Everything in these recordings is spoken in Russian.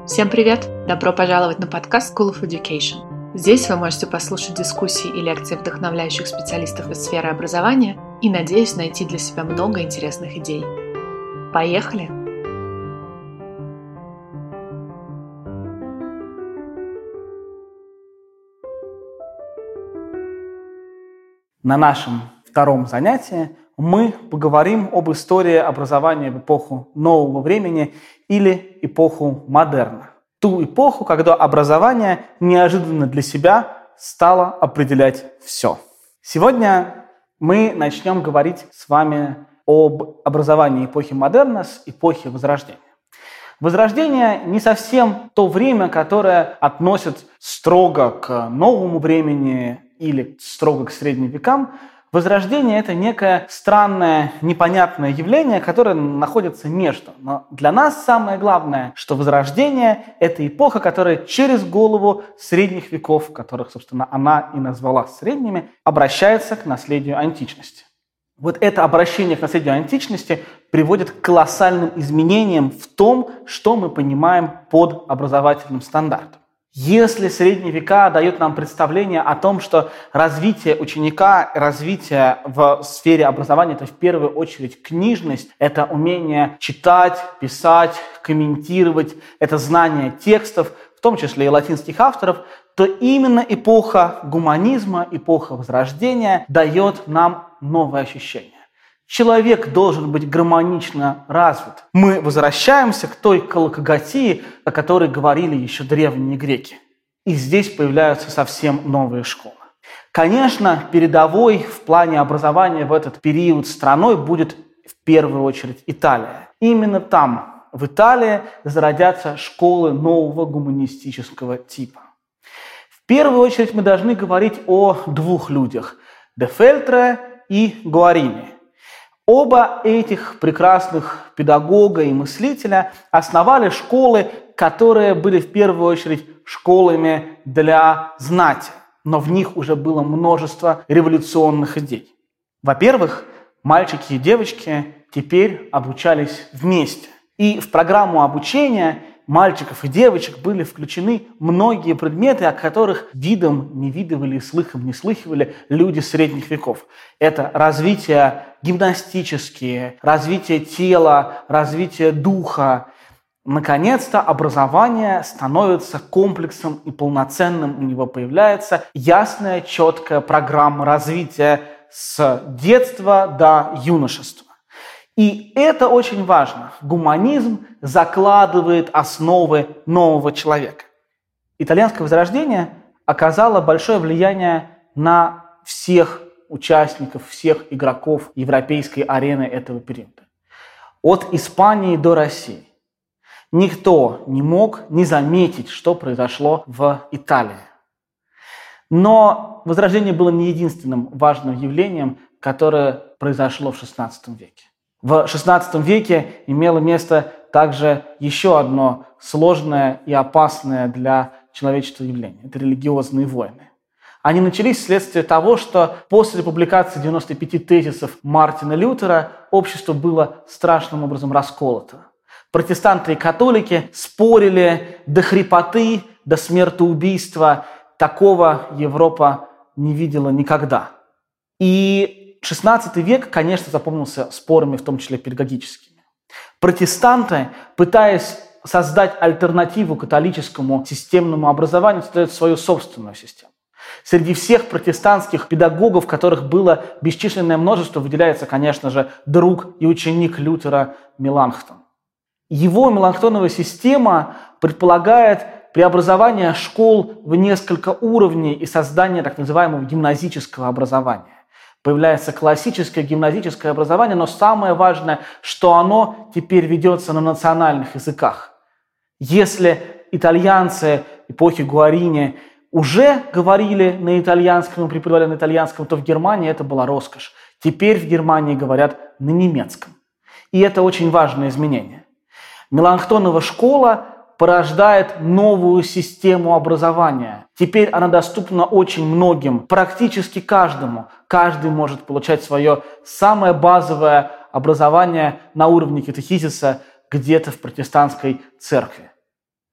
Всем привет! Добро пожаловать на подкаст School of Education. Здесь вы можете послушать дискуссии и лекции вдохновляющих специалистов из сферы образования и, надеюсь, найти для себя много интересных идей. Поехали! На нашем втором занятии мы поговорим об истории образования в эпоху нового времени или эпоху модерна. Ту эпоху, когда образование неожиданно для себя стало определять все. Сегодня мы начнем говорить с вами об образовании эпохи модерна с эпохи Возрождения. Возрождение не совсем то время, которое относят строго к новому времени или строго к средним векам. Возрождение – это некое странное, непонятное явление, которое находится между. Но для нас самое главное, что Возрождение – это эпоха, которая через голову средних веков, которых, собственно, она и назвала средними, обращается к наследию античности. Вот это обращение к наследию античности приводит к колоссальным изменениям в том, что мы понимаем под образовательным стандартом. Если средние века дают нам представление о том, что развитие ученика, развитие в сфере образования – это в первую очередь книжность, это умение читать, писать, комментировать, это знание текстов, в том числе и латинских авторов, то именно эпоха гуманизма, эпоха Возрождения дает нам новое ощущение. Человек должен быть гармонично развит. Мы возвращаемся к той колокогатии, о которой говорили еще древние греки. И здесь появляются совсем новые школы. Конечно, передовой в плане образования в этот период страной будет в первую очередь Италия. Именно там, в Италии, зародятся школы нового гуманистического типа. В первую очередь мы должны говорить о двух людях – де Фельтре и Гуарини. Оба этих прекрасных педагога и мыслителя основали школы, которые были в первую очередь школами для знати, но в них уже было множество революционных идей. Во-первых, мальчики и девочки теперь обучались вместе. И в программу обучения мальчиков и девочек были включены многие предметы, о которых видом не видывали и слыхом не слыхивали люди средних веков. Это развитие гимнастические, развитие тела, развитие духа. Наконец-то образование становится комплексом и полноценным. У него появляется ясная, четкая программа развития с детства до юношества. И это очень важно. Гуманизм закладывает основы нового человека. Итальянское Возрождение оказало большое влияние на всех участников, всех игроков европейской арены этого периода. От Испании до России. Никто не мог не заметить, что произошло в Италии. Но Возрождение было не единственным важным явлением, которое произошло в XVI веке. В XVI веке имело место также еще одно сложное и опасное для человечества явление – это религиозные войны. Они начались вследствие того, что после публикации 95 тезисов Мартина Лютера общество было страшным образом расколото. Протестанты и католики спорили до хрипоты, до смертоубийства. Такого Европа не видела никогда. И XVI век, конечно, запомнился спорами, в том числе педагогическими. Протестанты, пытаясь создать альтернативу католическому системному образованию, создают свою собственную систему. Среди всех протестантских педагогов, которых было бесчисленное множество, выделяется, конечно же, друг и ученик Лютера Меланхтон. Его меланхтоновая система предполагает преобразование школ в несколько уровней и создание так называемого гимназического образования. Появляется классическое гимназическое образование, но самое важное, что оно теперь ведется на национальных языках. Если итальянцы эпохи Гуарини уже говорили на итальянском и преподавали на итальянском, то в Германии это была роскошь. Теперь в Германии говорят на немецком. И это очень важное изменение. Меланхтонова школа порождает новую систему образования. Теперь она доступна очень многим, практически каждому. Каждый может получать свое самое базовое образование на уровне катехизиса где-то в протестантской церкви.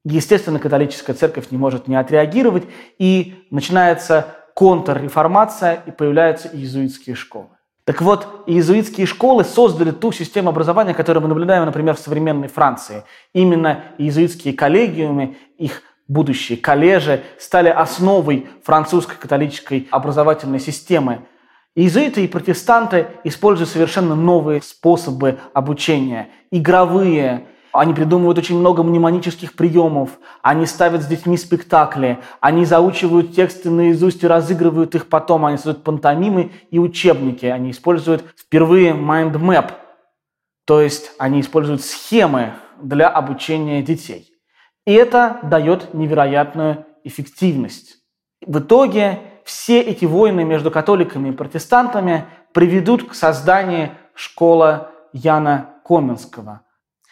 Естественно, католическая церковь не может не отреагировать, и начинается контрреформация, и появляются иезуитские школы. Так вот, иезуитские школы создали ту систему образования, которую мы наблюдаем, например, в современной Франции. Именно иезуитские коллегиумы, их будущие коллежи, стали основой французской католической образовательной системы. Иезуиты и протестанты используют совершенно новые способы обучения, игровые. Они придумывают очень много мнемонических приемов, они ставят с детьми спектакли, они заучивают тексты наизусть и разыгрывают их потом, они создают пантомимы и учебники, они используют впервые mind map, то есть они используют схемы для обучения детей. И это дает невероятную эффективность. В итоге все эти войны между католиками и протестантами приведут к созданию школы Яна Коменского.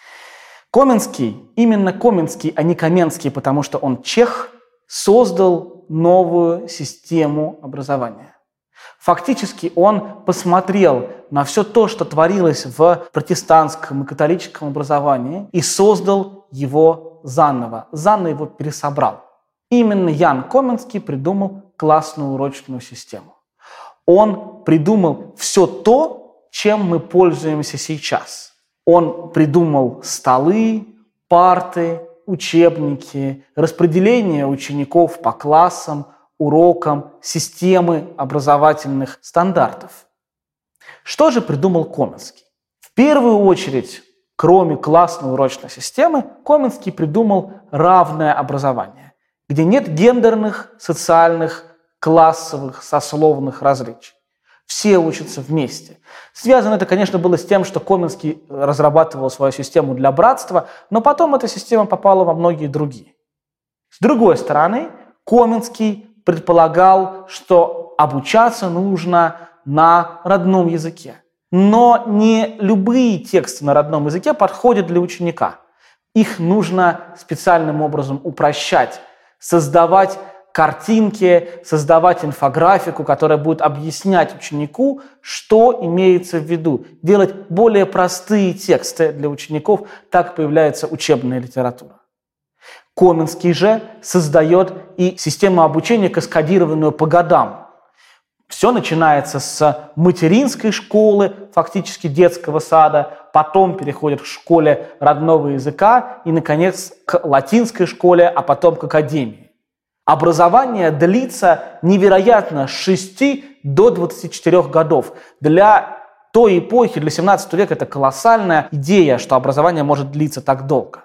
Коменский, именно Коменский, а не Каменский, потому что он чех, создал новую систему образования. Фактически он посмотрел на все то, что творилось в протестантском и католическом образовании, и создал его заново его пересобрал. Именно Ян Коменский придумал классную урочную систему. Он придумал все то, чем мы пользуемся сейчас. Он придумал столы, парты, учебники, распределение учеников по классам, урокам, системы образовательных стандартов. Что же придумал Коменский? В первую очередь, кроме классной урочной системы, Коменский придумал равное образование, где нет гендерных, социальных, классовых, сословных различий. Все учатся вместе. Связано это, конечно, было с тем, что Коменский разрабатывал свою систему для братства, но потом эта система попала во многие другие. С другой стороны, Коменский предполагал, что обучаться нужно на родном языке. Но не любые тексты на родном языке подходят для ученика. Их нужно специальным образом упрощать, создавать картинки, создавать инфографику, которая будет объяснять ученику, что имеется в виду, делать более простые тексты для учеников, так появляется учебная литература. Коменский же создает и систему обучения, каскадированную по годам. Все начинается с материнской школы, фактически детского сада, потом переходит к школе родного языка и, наконец, к латинской школе, а потом к академии. Образование длится невероятно с 6 до 24 годов. Для той эпохи, для 17 века, это колоссальная идея, что образование может длиться так долго.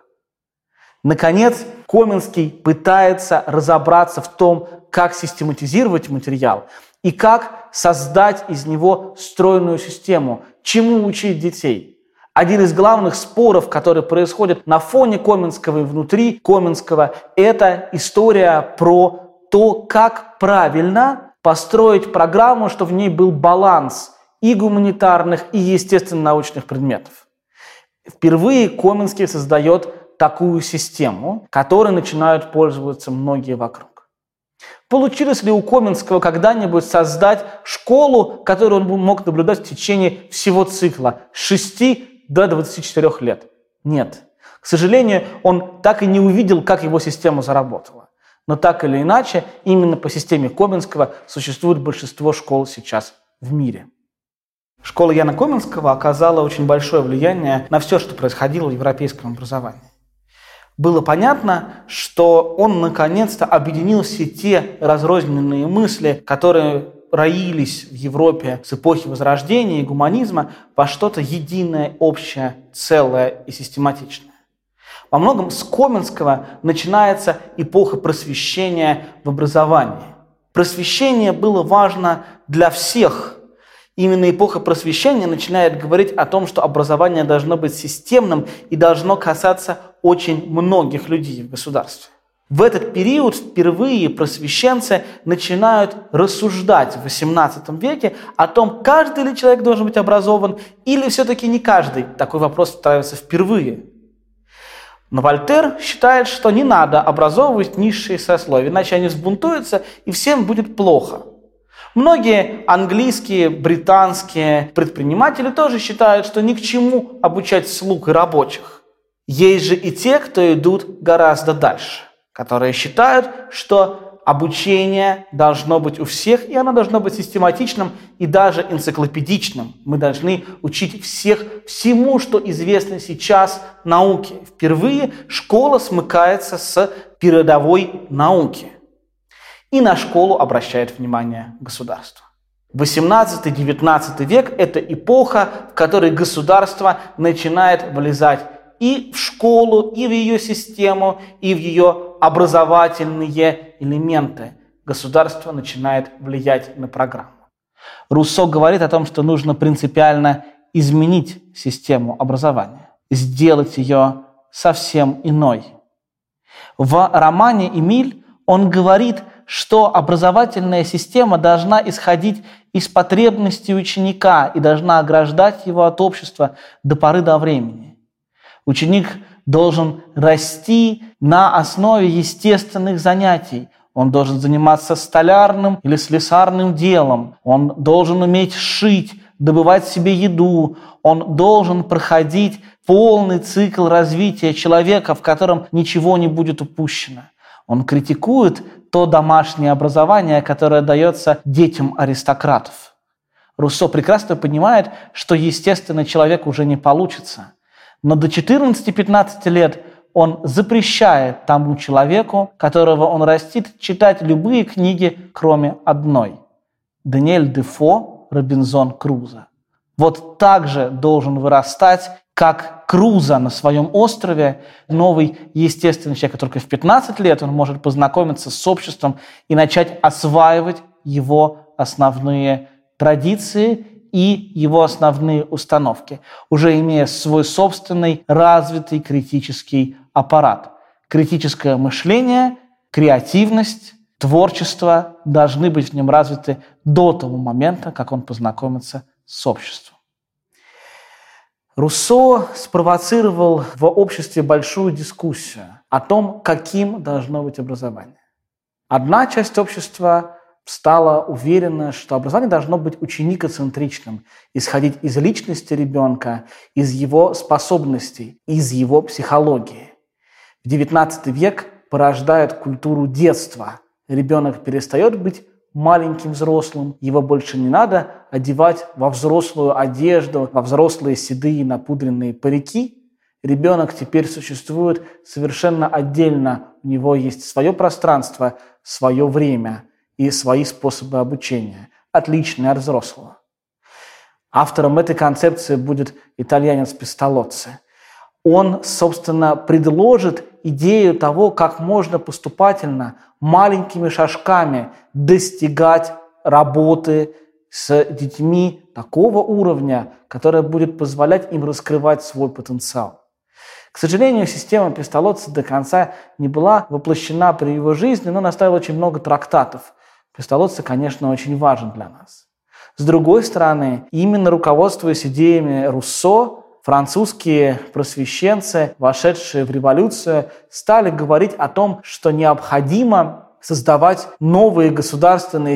Наконец, Коменский пытается разобраться в том, как систематизировать материал и как создать из него стройную систему, чему учить детей. Один из главных споров, который происходит на фоне Коменского и внутри Коменского, это история про то, как правильно построить программу, чтобы в ней был баланс и гуманитарных, и естественно-научных предметов. Впервые Коменский создает такую систему, которой начинают пользоваться многие вокруг. Получилось ли у Коменского когда-нибудь создать школу, которую он мог наблюдать в течение всего цикла с 6 до 24 лет? Нет. К сожалению, он так и не увидел, как его система заработала. Но так или иначе, именно по системе Коменского существует большинство школ сейчас в мире. Школа Яна Коменского оказала очень большое влияние на все, что происходило в европейском образовании. Было понятно, что он наконец-то объединил все те разрозненные мысли, которые роились в Европе с эпохи Возрождения и гуманизма, во что-то единое, общее, целое и систематичное. Во многом с Коменского начинается эпоха просвещения в образовании. Просвещение было важно для всех. Именно эпоха просвещения начинает говорить о том, что образование должно быть системным и должно касаться очень многих людей в государстве. В этот период впервые просвещенцы начинают рассуждать в XVIII веке о том, каждый ли человек должен быть образован или все-таки не каждый. Такой вопрос ставится впервые. Но Вольтер считает, что не надо образовывать низшие сословия, иначе они взбунтуются и всем будет плохо. Многие английские, британские предприниматели тоже считают, что ни к чему обучать слуг и рабочих. Есть же и те, кто идут гораздо дальше, которые считают, что обучение должно быть у всех, и оно должно быть систематичным и даже энциклопедичным. Мы должны учить всех всему, что известно сейчас науке. Впервые школа смыкается с передовой науки. И на школу обращает внимание государство. 18-19 век – это эпоха, в которой государство начинает влезать и в школу, и в ее систему, и в ее образовательные элементы. Государство начинает влиять на программу. Руссо говорит о том, что нужно принципиально изменить систему образования, сделать ее совсем иной. В романе «Эмиль» он говорит, что образовательная система должна исходить из потребностей ученика и должна ограждать его от общества до поры до времени. Ученик должен расти на основе естественных занятий. Он должен заниматься столярным или слесарным делом. Он должен уметь шить, добывать себе еду. Он должен проходить полный цикл развития человека, в котором ничего не будет упущено. Он критикует то домашнее образование, которое дается детям аристократов. Руссо прекрасно понимает, что естественный человек уже не получится. Но до 14-15 лет он запрещает тому человеку, которого он растит, читать любые книги, кроме одной. Даниэль Дефо «Робинзон Крузо». Вот так же должен вырастать, как Крузо на своем острове, новый естественный человек. Только в 15 лет он может познакомиться с обществом и начать осваивать его основные традиции и его основные установки, уже имея свой собственный развитый критический аппарат. Критическое мышление, креативность, творчество должны быть в нем развиты до того момента, как он познакомится с обществом. Руссо спровоцировал в обществе большую дискуссию о том, каким должно быть образование. Одна часть общества стала уверена, что образование должно быть ученикоцентричным, исходить из личности ребенка, из его способностей, из его психологии. В XIX век порождает культуру детства. Ребенок перестает быть маленьким взрослым, его больше не надо одевать во взрослую одежду, во взрослые седые напудренные парики. Ребенок теперь существует совершенно отдельно, у него есть свое пространство, свое время и свои способы обучения, отличные от взрослого. Автором этой концепции будет итальянец Песталоцци. Он, собственно, предложит идею того, как можно поступательно, маленькими шажками достигать работы с детьми такого уровня, которая будет позволять им раскрывать свой потенциал. К сожалению, система Песталоцци до конца не была воплощена при его жизни, но он оставил очень много трактатов. Песталоцци, конечно, очень важен для нас. С другой стороны, именно руководствуясь идеями Руссо, французские просвещенцы, вошедшие в революцию, стали говорить о том, что необходимо создавать новую государственную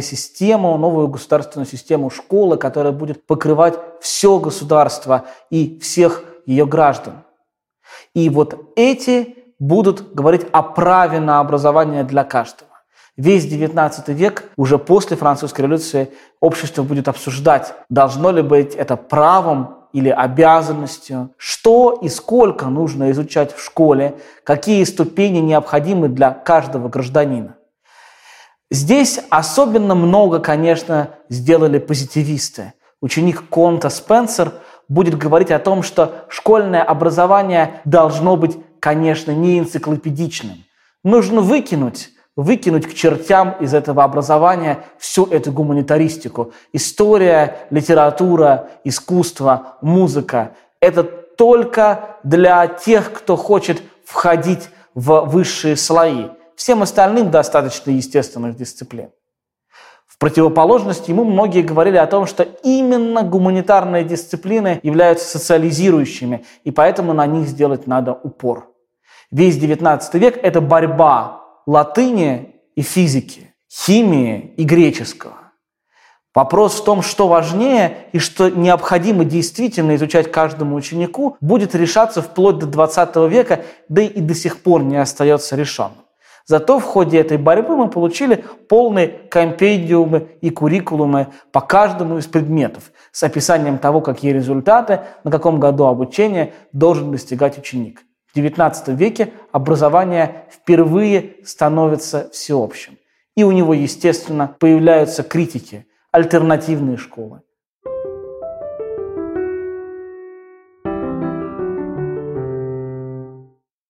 систему школы, которая будет покрывать все государство и всех ее граждан. И вот эти будут говорить о праве на образование для каждого. Весь XIX век, уже после французской революции, общество будет обсуждать, должно ли быть это правом или обязанностью, что и сколько нужно изучать в школе, какие ступени необходимы для каждого гражданина. Здесь особенно много, конечно, сделали позитивисты. Ученик Конта Спенсер будет говорить о том, что школьное образование должно быть, конечно, не энциклопедичным. Нужно выкинуть к чертям из этого образования всю эту гуманитаристику. История, литература, искусство, музыка – это только для тех, кто хочет входить в высшие слои. Всем остальным достаточно естественных дисциплин. В противоположность ему многие говорили о том, что именно гуманитарные дисциплины являются социализирующими, и поэтому на них сделать надо упор. Весь XIX век – это борьба латыни и физики, химии и греческого. Вопрос в том, что важнее и что необходимо действительно изучать каждому ученику, будет решаться вплоть до 20 века, да и до сих пор не остается решенным. Зато в ходе этой борьбы мы получили полные компендиумы и куррикулумы по каждому из предметов с описанием того, какие результаты, на каком году обучения должен достигать ученик. В XIX веке образование впервые становится всеобщим. И у него, естественно, появляются критики, альтернативные школы.